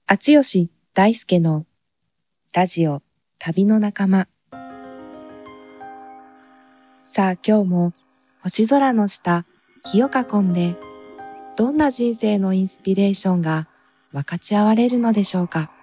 厚吉大輔のラジオ旅の仲間。さあ今日も星空の下、火を囲んでどんな人生のインスピレーションが分かち合われるのでしょうか。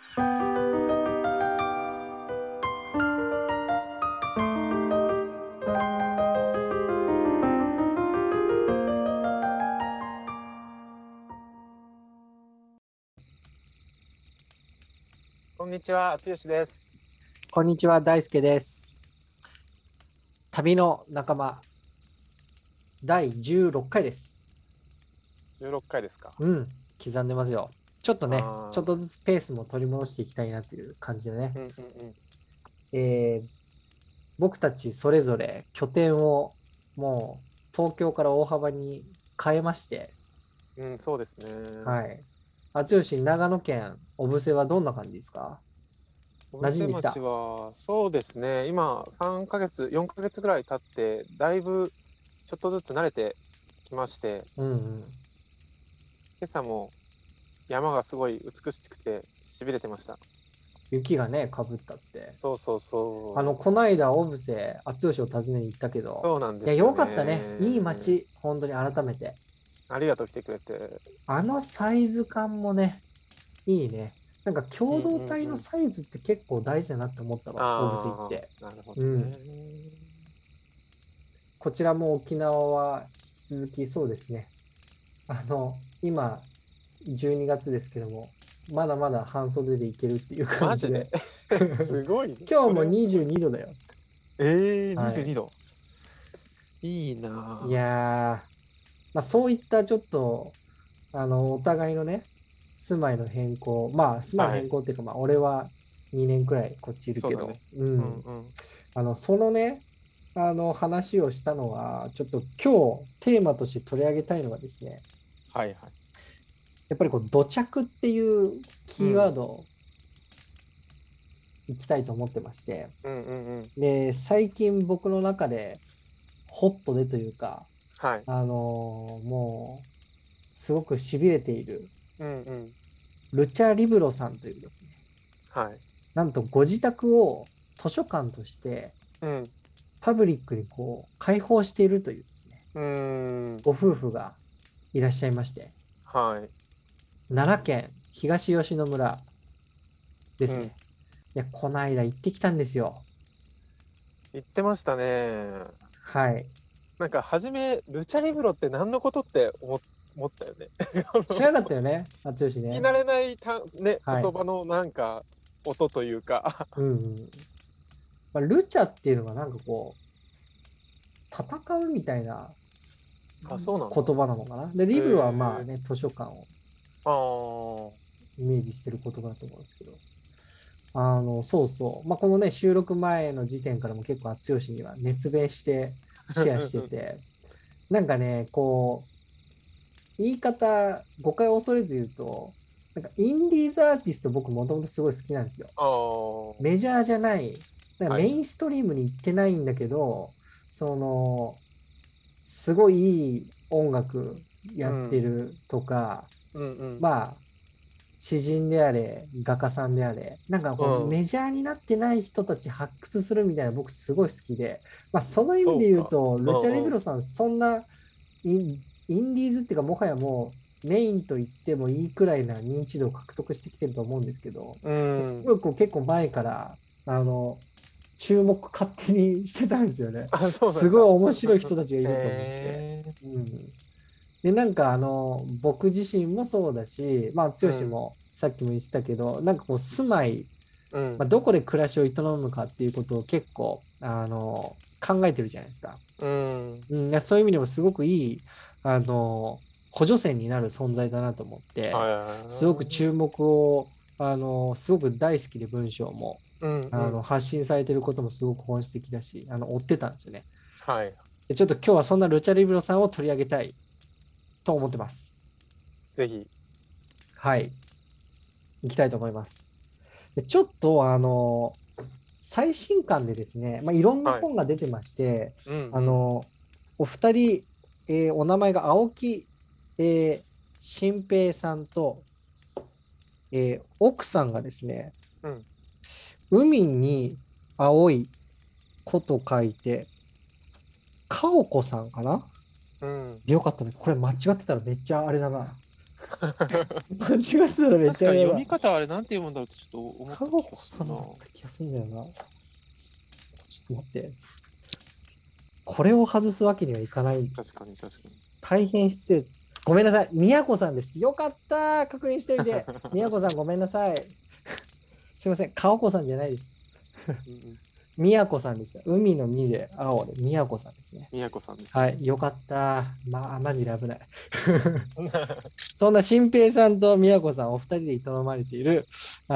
こんにちは、厚吉です。 こんにちは、大輔です。旅の仲間、第16回です。 16回ですか。 刻んでますよ。ちょっとね、ちょっとずつペースも取り戻していきたいなという感じでね。僕たちそれぞれ拠点をもう東京から大幅に変えまして。 そうですね。 はい。厚吉、長野県小布施はどんな感じですか？ 小布施町は、そうですね、今3ヶ月、4ヶ月ぐらい経って、だいぶちょっとずつ慣れてきまして、今朝も山がすごい美しくて、しびれてました。 雪がね、かぶったって。 そうそうそう。 この間、小布施、厚吉を訪ねに行ったけど、 そうなんですよね。 いや、よかったね。いい街、本当に改めて。 ありがとう、来てくれて。 サイズ感もね、いいね。なんか共同体のサイズって結構大事だなって思ったわ、小布施行って。 なるほどね。 こちらも沖縄は引き続きそうですね。今、12月ですけども、まだまだ半袖でいけるっていう感じで。 マジですごい、ね。 今日も22度だよ。 22度。いいなぁ。 いやー、そういったちょっと、お互いのね、住まいの変更、住まいの変更っていうか、俺は2年くらいこっちいるけど、そのね、話をしたのは、ちょっと今日テーマとして取り上げたいのがですね、やっぱり土着っていうキーワードをいきたいと思ってまして、で、最近僕の中でホットでというか、もう、すごくしびれている、ルチャリブロさんというですね、なんとご自宅を図書館として、パブリックに開放しているというですね、ご夫婦がいらっしゃいまして、奈良県東吉野村ですね。いや、この間行ってきたんですよ。 行ってましたね。 はい。 なんか初めルチャリブロって何のことって思ったよね。 知らなかったよね、厚吉ね。 聞き慣れない言葉のなんか音というか。 ルチャっていうのがなんか戦うみたいな言葉なのかな。で、リブロは図書館をイメージしてる言葉だと思うんですけど。そうそう。このね、収録前の時点からも結構厚吉には熱弁してシェアしてて、なんかね、言い方、誤解を恐れず言うと、なんかインディーズアーティスト僕もともとすごい好きなんですよ。メジャーじゃない、なんかメインストリームに行ってないんだけど、すごいいい音楽やってるとか、詩人であれ、画家さんであれ、なんかメジャーになってない人たち発掘するみたいな僕すごい好きで、その意味で言うと、ルチャリブロさん、そんなインディーズっていうか、もはやもうメインと言ってもいいくらいな認知度を獲得してきてると思うんですけど、すごい結構前から注目勝手にしてたんですよね。すごい面白い人たちがいると思って。で、なんか僕自身もそうだし、剛もさっきも言ってたけど、なんか住まい、どこで暮らしを営むかっていうことを結構考えてるじゃないですか。そういう意味でもすごくいい補助線になる存在だなと思って、すごく注目をすごく大好きで文章も、発信されてることもすごく本質的だし、追ってたんですよね。でちょっと今日はそんなルチャリブロさんを取り上げたいと思ってます。 ぜひ。 はい。行きたいと思います。でちょっと最新刊でですね、いろんな本が出てまして、お二人、お名前が青木、新平さんと、 奥さんがですね、 うん。 海に青い子と書いて、かおこさんかなうん。 でよかったね。これ間違ってたらめっちゃあれだな。間違ってたらめっ確かに読ちゃあれだな。 み方あれなんて読むんだろうってちょっと思ったかお気がするな。 こさんだった気がするんだよな。ちょっと待って。これを外すわけにはいかない。 確かに確かに。 大変失礼。ごめんなさい。みやこさんです。よかった。確認してみて。みやこさんごめんなさい。すいません。かおこさんじゃないです。 うんうん。 みやこさんでした。海のみで青でみやこさんですね。 宮子さんですはね。 い。よかった。マジで危ない。そんな新平さんとみやこさんお二人で営まれている、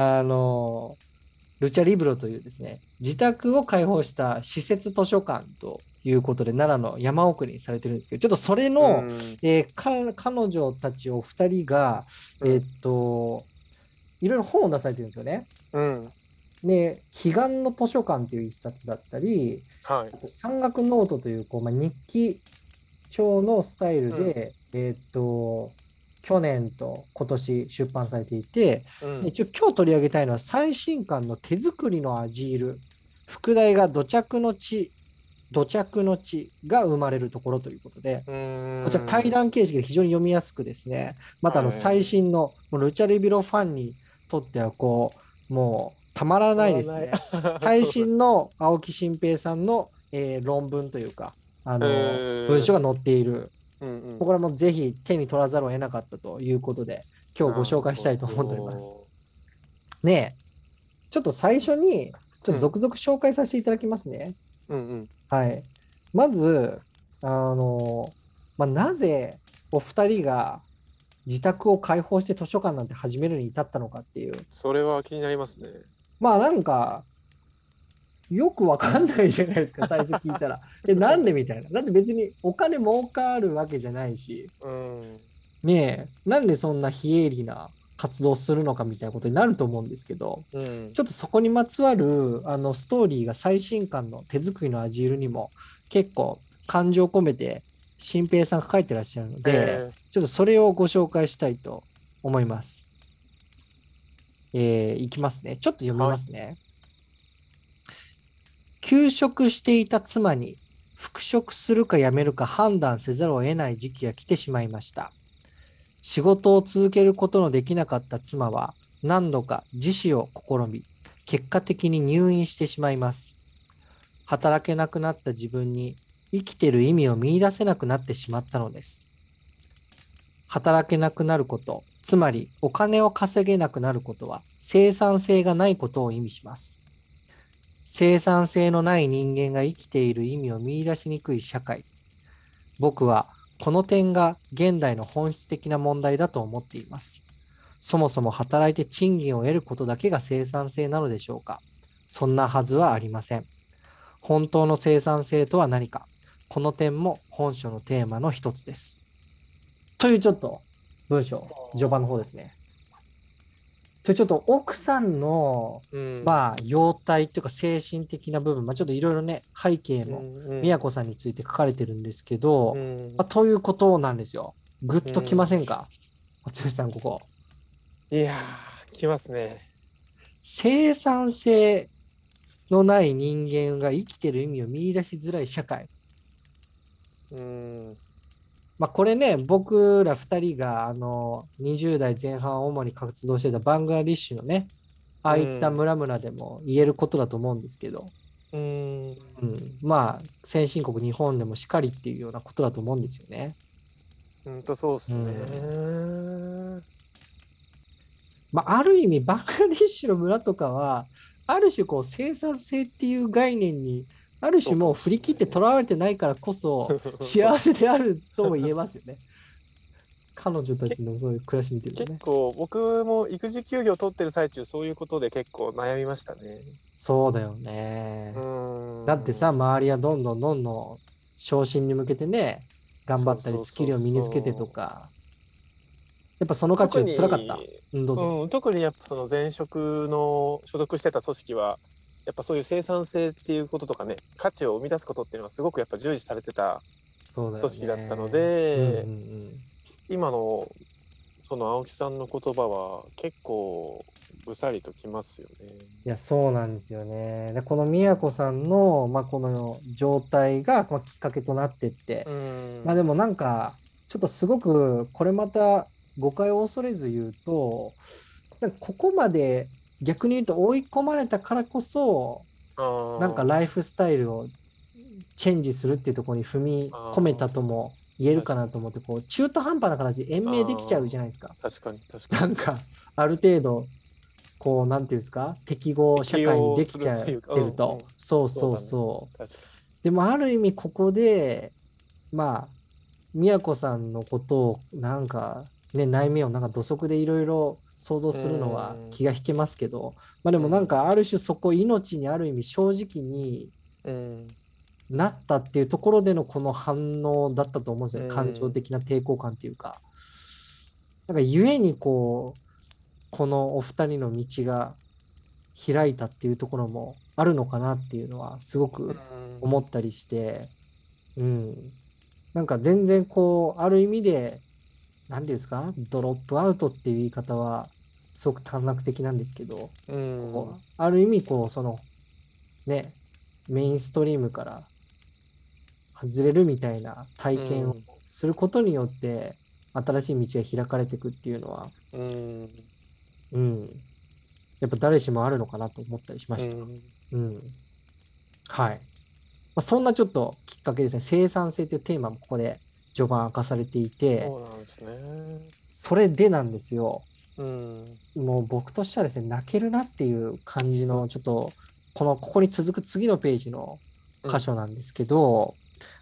ルチャリブロというですね、自宅を開放した施設図書館ということで、奈良の山奥にされてるんですけど、ちょっとそれの、 うん。 彼女たちお二人が、 うん。 いろいろ本を出されてるんですよね。 うん。 で、彼岸の図書館という一冊だったり、 はい。 あと山岳ノートという、日記帳のスタイルで、去年と今年出版されていて、 うん。 一応今日取り上げたいのは最新刊の手作りのアジール、副題が土着の地が生まれるところということで、こちら対談形式で非常に読みやすくですね、また最新のルチャリビロファンにとってはもうたまらないですね。最新の青木新平さんの、論文というか、文章が載っている。これもぜひ手に取らざるを得なかったということで、今日ご紹介したいと思っております。ねえ、ちょっと最初に、ちょっと続々紹介させていただきますね。はい。まず、なぜお二人が自宅を開放して図書館なんて始めるに至ったのかっていう。 それは気になりますね。 なんか、よくわかんないじゃないですか、最初聞いたら。なんでみたいな。だって別にお金儲かるわけじゃないし、ねえ、なんでそんな非営利な活動するのかみたいなことになると思うんですけど、ちょっとそこにまつわるストーリーが最新刊の手作りのアジールにも結構感情込めて新平さんが書いてらっしゃるので、ちょっとそれをご紹介したいと思います。いきますね。ちょっと読みますね。はい、休職していた妻に復職するか辞めるか判断せざるを得ない時期が来てしまいました。仕事を続けることのできなかった妻は何度か自死を試み、結果的に入院してしまいます。働けなくなった自分に生きている意味を見出せなくなってしまったのです。働けなくなること、つまりお金を稼げなくなることは生産性がないことを意味します。生産性のない人間が生きている意味を見出しにくい社会。僕はこの点が現代の本質的な問題だと思っています。そもそも働いて賃金を得ることだけが生産性なのでしょうか。そんなはずはありません。本当の生産性とは何か。この点も本書のテーマの一つです。というちょっと文章、序盤の方ですね。ちょっと奥さんの、容態というか精神的な部分、ちょっといろいろね、背景も宮子さんについて書かれてるんですけど、ということなんですよ。ぐっときませんか、松吉さん、ここ。 いやー、きますね。 生産性のない人間が生きてる意味を見出しづらい社会。これね、僕ら2人が20代前半主に活動してたバングラディッシュのね、ああいった村々でも言えることだと思うんですけど、先進国日本でもしかりっていうようなことだと思うんですよね。 そうですね。 ある意味バングラディッシュの村とかはある種生産性っていう概念にある種もう振り切ってとらわれてないからこそ幸せであるとも言えますよね。彼女たちのそういう暮らし見てるとね。 結構僕も育児休業を取ってる最中そういうことで結構悩みましたね。 そうだよね。だってさ、周りはどんどん昇進に向けてね頑張ったりスキルを身につけてとか、やっぱその価値は辛かった。 特にやっぱその前職の所属してた組織はやっぱそういう生産性っていうこととかね、価値を生み出すことっていうのはすごくやっぱ重視されてた組織だったので、今のその青木さんの言葉は結構ぐさりときますよね。 いや、そうなんですよね。で、この宮子さんの、この状態が、きっかけとなってって、でもなんか、ちょっとすごく、これまた誤解を恐れず言うと、なんかここまで逆に言うと追い込まれたからこそ、なんかライフスタイルをチェンジするっていうところに踏み込めたとも言えるかなと思って、こう中途半端な形で延命できちゃうじゃないですか。 確かに。 なんかある程度こうなんていうんですか、適合社会にできちゃってると、そうでもある意味ここで宮子さんのことをなんかね、内面をなんか土足でいろいろ想像するのは気が引けますけど、でもなんかある種そこ命にある意味正直になったっていうところでのこの反応だったと思うんですよ。感情的な抵抗感っていうか。なんかゆえにこのお二人の道が開いたっていうところもあるのかなっていうのはすごく思ったりして、なんか全然こうある意味で何ていうんですか、ドロップアウトっていう言い方はすごく短絡的なんですけど、こうある意味こうそのね、メインストリームから外れるみたいな体験をすることによって新しい道が開かれていくっていうのは、やっぱ誰しもあるのかなと思ったりしました。はい。そんなちょっときっかけですね。生産性というテーマもここで序盤明かされていて、 そうなんですね。 それでなんですよ。もう僕としてはですね、泣けるなっていう感じのちょっとここに続く次のページの箇所なんですけど、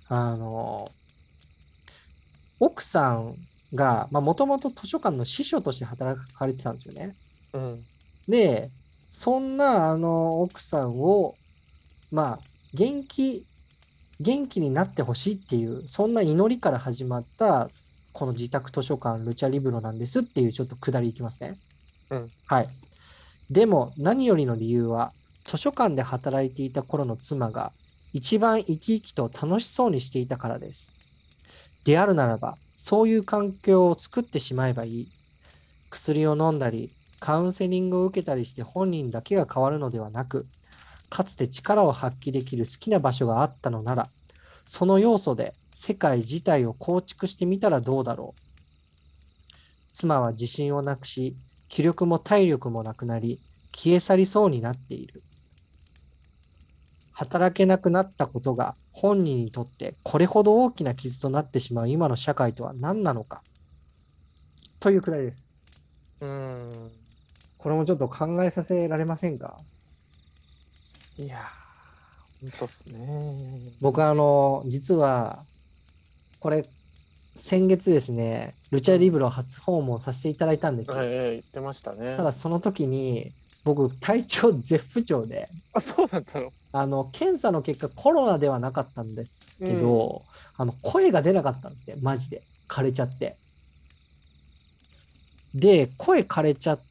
奥さんがもともと図書館の司書として働かれてたんですよね。で、そんな奥さんを元気になってほしいっていう、そんな祈りから始まったこの自宅図書館ルチャリブロなんですっていうちょっと下りいきますね。はい。でも何よりの理由は、図書館で働いていた頃の妻が一番生き生きと楽しそうにしていたからです。であるならば、そういう環境を作ってしまえばいい。薬を飲んだり、カウンセリングを受けたりして本人だけが変わるのではなく、かつて力を発揮できる好きな場所があったのなら、その要素で世界自体を構築してみたらどうだろう。妻は自信をなくし、気力も体力もなくなり、消え去りそうになっている。働けなくなったことが本人にとってこれほど大きな傷となってしまう今の社会とは何なのか。というくらいです。これもちょっと考えさせられませんか？ いやー、本当っすね。 僕実はこれ先月ですね、ルチャリブロ初訪問させていただいたんですよ。 言ってましたね。 ただその時に僕体調絶不調で、 そうだったの？ 検査の結果コロナではなかったんですけど、声が出なかったんですね、マジで枯れちゃって。で声枯れちゃって、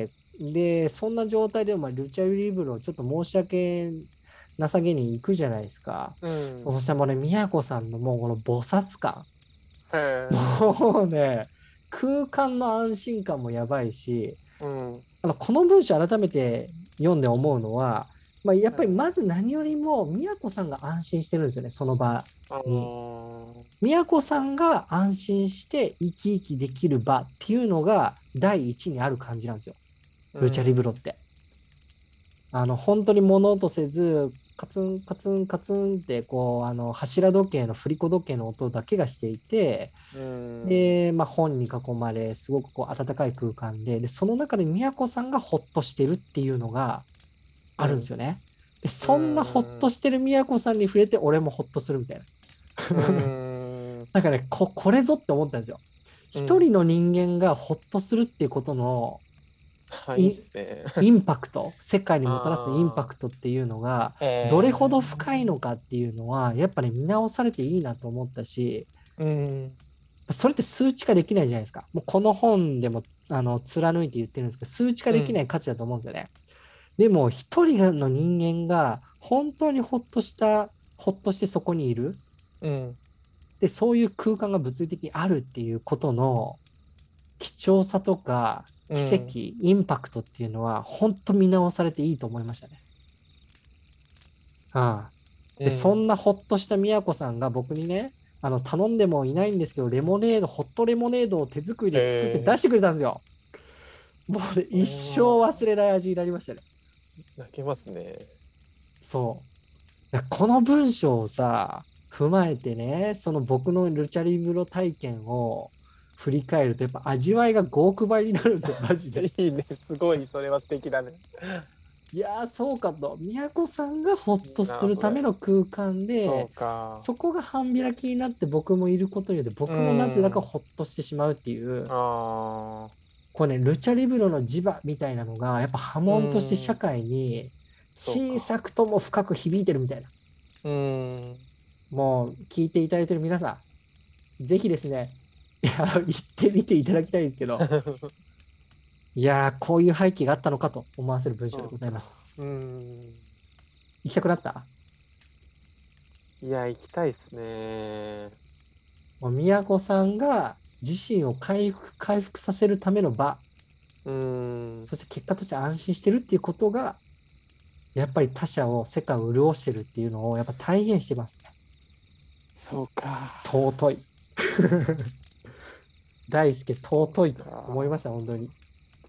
でそんな状態でルチャリブロちょっと申し訳なさげに行くじゃないですか。そしたらもうね、宮子さんのもうこの菩薩感、もうね、空間の安心感もやばいし、この文章改めて読んで思うのは、やっぱりまず何よりも宮子さんが安心してるんですよね、その場に。宮子さんが安心して生き生きできる場っていうのが第一にある感じなんですよ、ルチャリブロって。本当に物音せず、カツンカツンカツンってこう柱時計の振り子時計の音だけがしていて、で、本に囲まれすごくこう温かい空間で、その中で宮子さんがホッとしてるっていうのがあるんですよね。でそんなホッとしてる宮子さんに触れて俺もホッとするみたいな。なんかね、これぞって思ったんですよ。一人の人間がホッとするっていうことのインパクト、世界にもたらすインパクトっていうのがどれほど深いのかっていうのはやっぱり見直されていいなと思ったし、それって数値化できないじゃないですか。もうこの本でも貫いて言ってるんですけど、数値化できない価値だと思うんですよね。でも一人の人間が本当にホッとしてそこにいる、でそういう空間が物理的にあるっていうことの貴重さとか奇跡、インパクトっていうのは本当見直されていいと思いましたね。で、そんなほっとした宮子さんが僕にね、頼んでもいないんですけど、レモネード、ホットレモネードを手作りで作って出してくれたんですよ。もうね、一生忘れない味になりましたね。 泣けますね。 そう。この文章をさ、踏まえてね、その僕のルチャリブロ体験を振り返ると、やっぱ味わいが5億倍になるんですよ、マジで。 いいね、すごい、それは素敵だね。 いやー、そうかと。宮子さんがほっとするための空間で、そこが半開きになって僕もいることによって、僕もなぜだかほっとしてしまうっていう。これね、ルチャリブロの磁場みたいなのが、やっぱ波紋として社会に小さくとも深く響いてるみたいな。もう聞いていただいてる皆さん、ぜひですね、言ってみていただきたいんですけど、いやー、こういう背景があったのかと思わせる文章でございます。行きたくなった？ いや、行きたいですね。 もう宮子さんが自身を回復させるための場、そして結果として安心してるっていうことが、やっぱり他者を、世界を潤してるっていうのをやっぱ体現してますね。 そうか。 尊い。大輔尊いと思いました、本当に。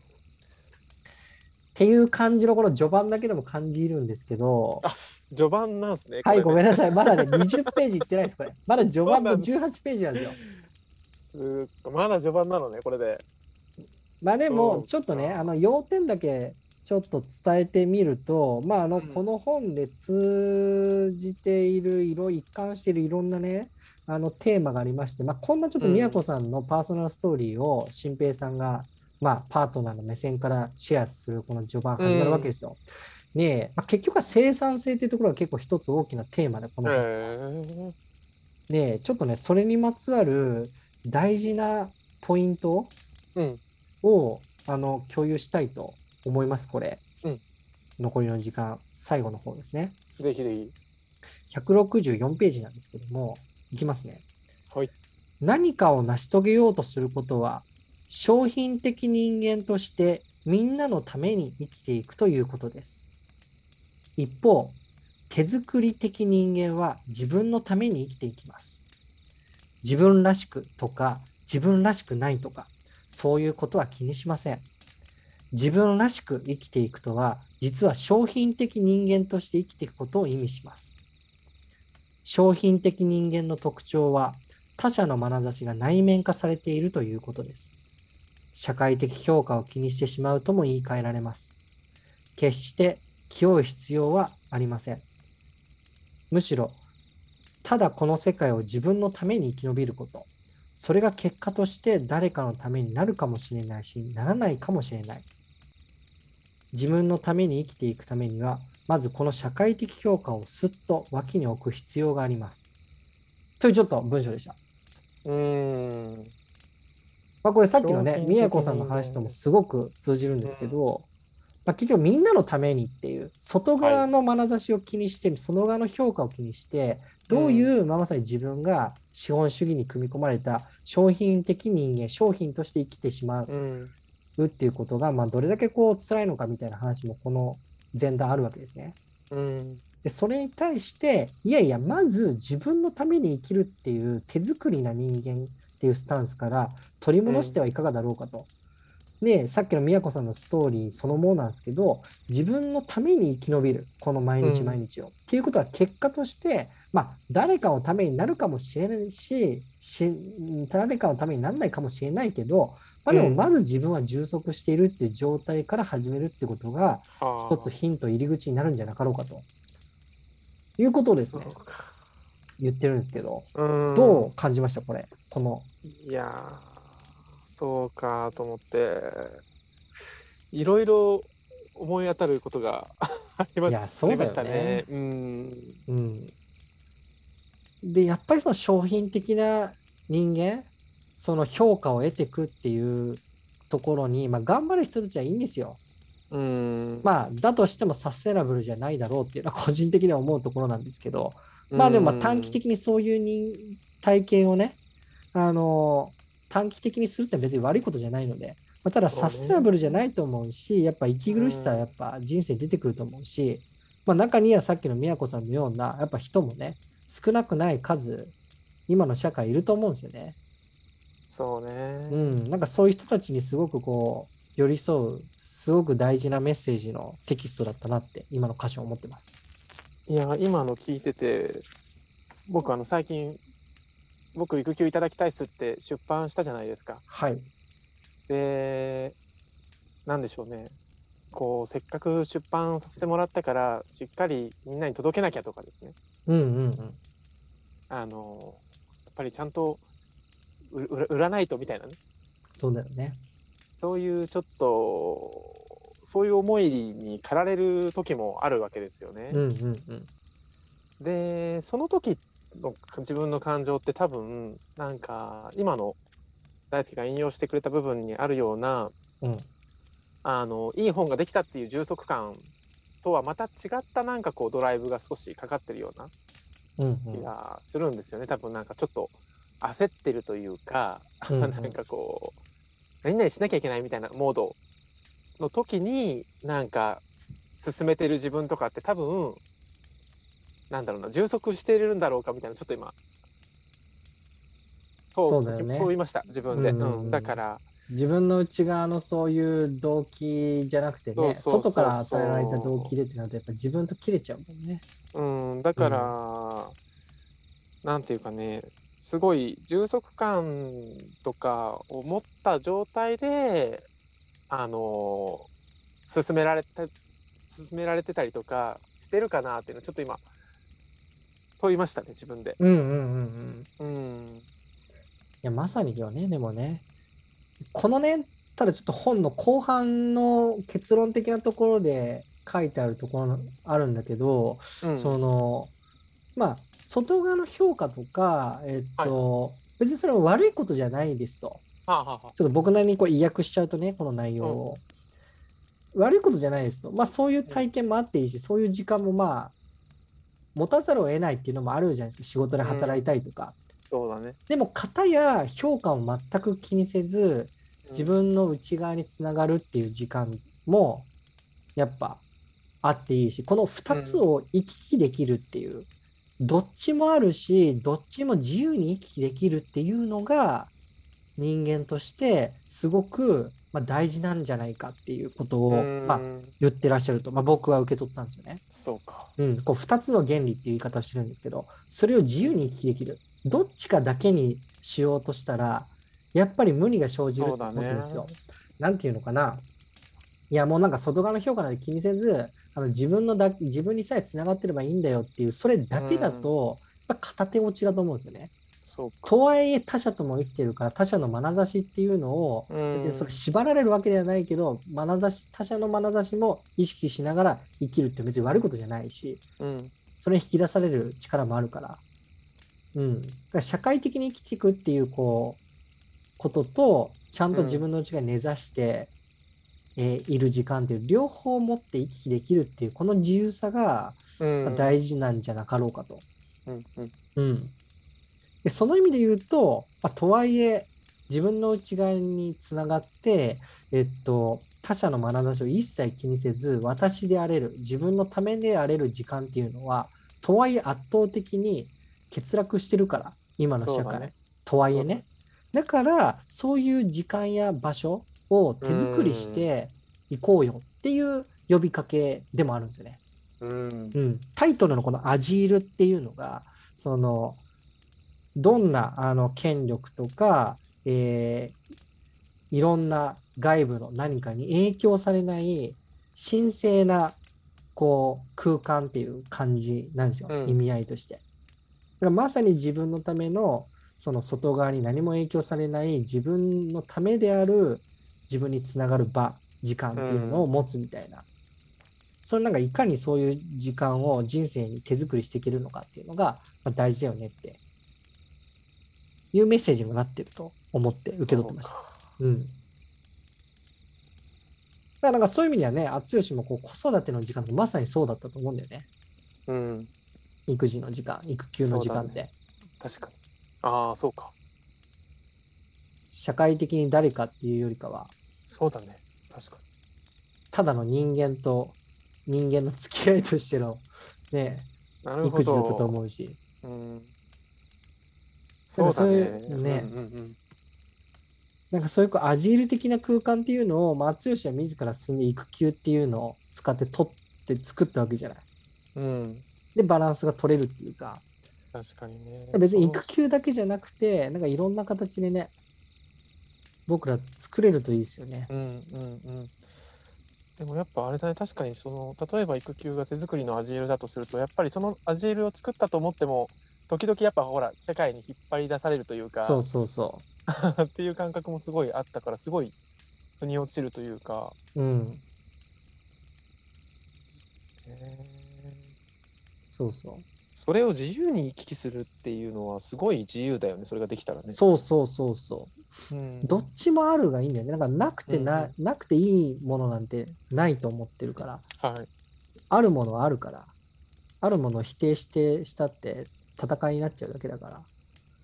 っていう感じのこの序盤だけでも感じるんですけど、 序盤なんですね。 はい、ごめんなさい。まだね、20ページいってないです、これ。まだ序盤の18ページなんですよ。まだ序盤なのね、これで。 まあでも、ちょっとね、要点だけちょっと伝えてみると、まあ、この本で通じている、一貫しているいろんなね、テーマがありまして、まあ、こんなちょっと宮子さんのパーソナルストーリーを新平さんが、まあ、パートナーの目線からシェアするこの序盤始まるわけですよ。で、まあ、結局は生産性というところが結構一つ大きなテーマで、この本。で、ちょっとね、それにまつわる大事なポイントを、共有したいと思います、これ。残りの時間、最後の方ですね。 ぜひぜひ。 164ページなんですけども、いきますね。 はい。 何かを成し遂げようとすることは、商品的人間としてみんなのために生きていくということです。一方、手作り的人間は自分のために生きていきます。自分らしくとか、自分らしくないとか、そういうことは気にしません。自分らしく生きていくとは、実は商品的人間として生きていくことを意味します。商品的人間の特徴は、他者の眼差しが内面化されているということです。社会的評価を気にしてしまうとも言い換えられます。決して気負う必要はありません。むしろ、ただこの世界を自分のために生き延びること、それが結果として誰かのためになるかもしれないし、ならないかもしれない。自分のために生きていくためには、まずこの社会的評価をすっと脇に置く必要があります。というちょっと文章でした。まあ、これさっきのね、宮子さんの話ともすごく通じるんですけど、まあ、結局みんなのためにっていう、外側の眼差しを気にして、その側の評価を気にして、どういう、まさに自分が資本主義に組み込まれた商品的人間、商品として生きてしまうっていうことが、まあ、どれだけこう辛いのかみたいな話もこの前段あるわけですね。でそれに対して、いやいや、まず自分のために生きるっていう手作りな人間っていうスタンスから取り戻してはいかがだろうかと。で、さっきの宮子さんのストーリーそのものなんですけど、自分のために生き延びる、この毎日毎日を。っていうことは結果として、まあ、誰かのためになるかもしれないし、誰かのためにならないかもしれないけど、まあ、でもまず自分は充足しているっていう状態から始めるってことが、一つヒント、入り口になるんじゃなかろうかと。いうことをですね、言ってるんですけど、どう感じましたこれ、この。 いやそうかと思って、いろいろ思い当たることがあります。 いや、そうだよね。で、やっぱりその商品的な人間、その評価を得ていくっていうところに、まあ、頑張る人たちはいいんですよ。まあ、だとしてもサステナブルじゃないだろうっていうのは個人的には思うところなんですけど、まあでも短期的にそういう体験をね、 短期的にするって別に悪いことじゃないので、ただサステナブルじゃないと思うし、やっぱ息苦しさはやっぱ人生出てくると思うし、中にはさっきの宮子さんのようなやっぱ人もね、少なくない数今の社会いると思うんですよね。 そうね。 なんかそういう人たちにすごくこう寄り添うすごく大事なメッセージのテキストだったなって今の歌詞を思ってます。 いや今の聞いてて、僕最近僕育休いただきたいっすって出版したじゃないですか。 はい。 で、なんでしょうね。こうせっかく出版させてもらったからしっかりみんなに届けなきゃとかですね。やっぱりちゃんと売らないとみたいなね。 そうだよね。 そういうちょっとそういう思いに駆られる時もあるわけですよね。でその時の自分の感情って多分なんか今の大輔が引用してくれた部分にあるような、いい本ができたっていう充足感とはまた違ったなんかこうドライブが少しかかってるような気がするんですよね。多分なんかちょっと焦ってるというか、なんかこう何々しなきゃいけないみたいなモードの時になんか進めてる自分とかって多分なんだろうな、充足してるんだろうかみたいなちょっと今問いました自分で。だから自分の内側のそういう動機じゃなくてね、外から与えられた動機でってなるとやっぱ自分と切れちゃうもんね。だから、なんていうかね、すごい充足感とかを持った状態で進められてたりとかしてるかなっていうのをちょっと今問いましたね自分で。 いやまさによね。でもねこのねただちょっと本の後半の結論的なところで書いてあるところあるんだけど、その外側の評価とか別にそれは悪いことじゃないですと。ちょっと僕なりにこう意訳しちゃうとねこの内容を、悪いことじゃないですと。そういう体験もあっていいし、そういう時間も持たざるを得ないっていうのもあるじゃないですか。仕事で働いたりとか。 そうだね。 でも片や評価を全く気にせず自分の内側につながるっていう時間もやっぱあっていいし、この2つを行き来できるっていう、どっちもあるしどっちも自由に行き来できるっていうのが人間としてすごく大事なんじゃないかっていうことを言ってらっしゃると、僕は受け取ったんですよね。 そうか。 こう2つの原理っていう言い方をしてるんですけど、それを自由に行き来できる。どっちかだけにしようとしたらやっぱり無理が生じるって思ってるんですよ。なんていうのかな。いやもうなんか外側の評価なんて気にせず自分にさえつながってればいいんだよっていうそれだけだと片手落ちだと思うんですよね。とはいえ他者とも生きてるから他者の眼差しっていうのを別にそれ縛られるわけではないけど他者の眼差しも意識しながら生きるって別に悪いことじゃないし、それに引き出される力もあるから、だから社会的に生きていくっていうこととちゃんと自分の内側に根ざして、いる時間っていう両方持って行き来できるっていうこの自由さが大事なんじゃなかろうかと。でその意味で言うと、とはいえ自分の内側につながって、他者の眼差しを一切気にせず私であれる自分のためであれる時間っていうのはとはいえ圧倒的に欠落してるから今の社会、とはいえね。だからそういう時間や場所を手作りしていこうよっていう呼びかけでもあるんですよね。タイトルのこのアジールっていうのがそのどんな権力とか、いろんな外部の何かに影響されない神聖なこう空間っていう感じなんですよ、意味合いとして。だからまさに自分のためのその外側に何も影響されない自分のためである自分につながる場時間っていうのを持つみたいな、それなんかいかにそういう時間を人生に手作りしていけるのかっていうのが大事だよねっていうメッセージにもなってると思って受け取ってました。だからなんかそういう意味ではね、剛もこう子育ての時間ってまさにそうだったと思うんだよね。育児の時間、育休の時間って。 確かに。ああ、そうか。 社会的に誰かっていうよりかは、 そうだね。確かに。 ただの人間と人間の付き合いとしてのね、 なるほど。 育児だったと思うし。 うん。そうだね。 ね、なんかそういうアジール的な空間っていうのを松吉は自ら進んで育休っていうのを使って取って作ったわけじゃない。 うん。 でバランスが取れるっていうか。 確かにね。 別に育休だけじゃなくて、なんかいろんな形でね、僕ら作れるといいですよね。 でもやっぱあれだね、確かに例えば育休が手作りのアジールだとすると、やっぱりそのアジールを作ったと思っても、時々やっぱほら、社会に引っ張り出されるというか、 そうそうそう。っていう感覚もすごいあったから、すごい腑に落ちるというか。 うん。そうそう。 それを自由に行き来するっていうのはすごい自由だよね、それができたらね。 そうそうそうそう。どっちもあるがいいんだよね。なんかなくていいものなんてないと思ってるから。 はい。 あるものはあるから。あるものを否定したって戦いになっちゃうだけだから。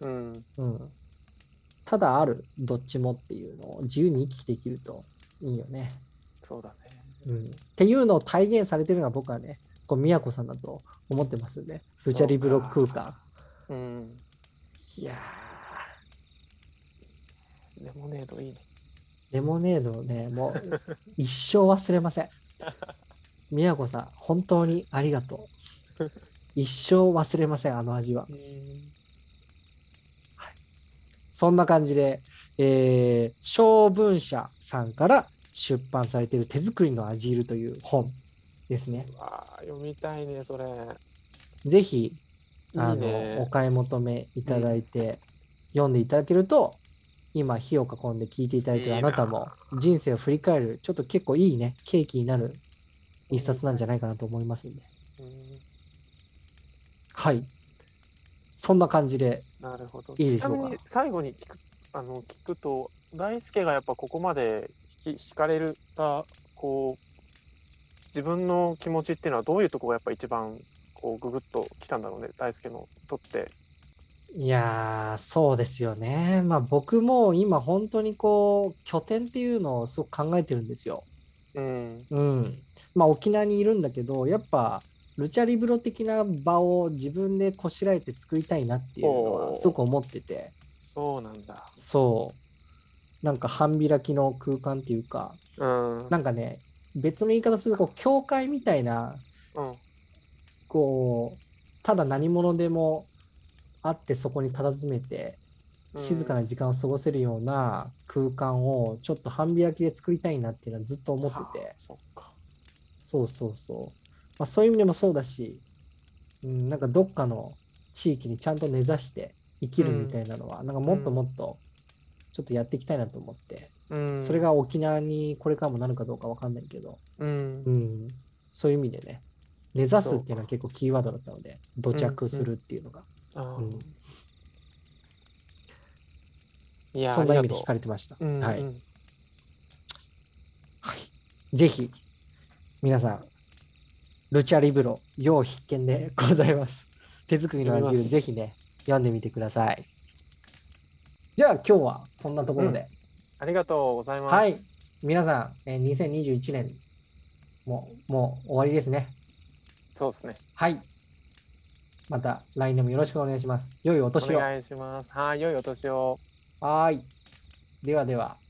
ただある、どっちもっていうのを自由に行き来できるといいよね。 そうだね。っていうのを体現されてるのは僕はね、宮子さんだと思ってますんで、ルチャリブロ空間。いやー。レモネードいいね。 レモネードね、もう一生忘れません。宮子さん、本当にありがとう。一生忘れません、あの味は。はい、そんな感じで、小文社さんから出版されている手作りのアジールという本ですね。 読みたいね、それ。 ぜひ、お買い求めいただいて、読んでいただけると、今、火を囲んで聞いていただいているあなたも、人生を振り返る、ちょっと結構いいね、契機になる一冊なんじゃないかなと思いますんで。はい。そんな感じで。 なるほど。 いいでしょうか。 ちなみに最後に聞くと、大輔がやっぱここまで惹かれた、自分の気持ちっていうのはどういうところがやっぱ一番ググッときたんだろうね、大輔のとって。 いやー、そうですよね。まあ僕も今本当に拠点っていうのをすごく考えてるんですよ。まあ沖縄にいるんだけど、やっぱルチャリブロ的な場を自分でこしらえて作りたいなっていうのはすごく思ってて。 そうなんだ。 そう。なんか半開きの空間っていうか、なんかね、別の言い方すると教会みたいな、ただ何者でもあってそこに佇めて静かな時間を過ごせるような空間をちょっと半開きで作りたいなっていうのはずっと思ってて、そうそうそう、まあ、そういう意味でもそうだし、なんかどっかの地域にちゃんと根ざして生きるみたいなのは、なんかもっともっとちょっとやっていきたいなと思って、それが沖縄にこれからもなるかどうかわかんないけど、そういう意味でね、根ざすっていうのは結構キーワードだったので、土着するっていうのが。そんな意味で惹かれてました。はい。ぜひ、皆さん、ルチャリブロ、要必見でございます。手作りの味をぜひね、読んでみてください。じゃあ今日はこんなところで。 ありがとうございます。 はい。皆さん、2021年もう終わりですね。 そうですね。 はい。また来年もよろしくお願いします。良いお年を。 お願いします。はい、良いお年を。 はい。ではでは。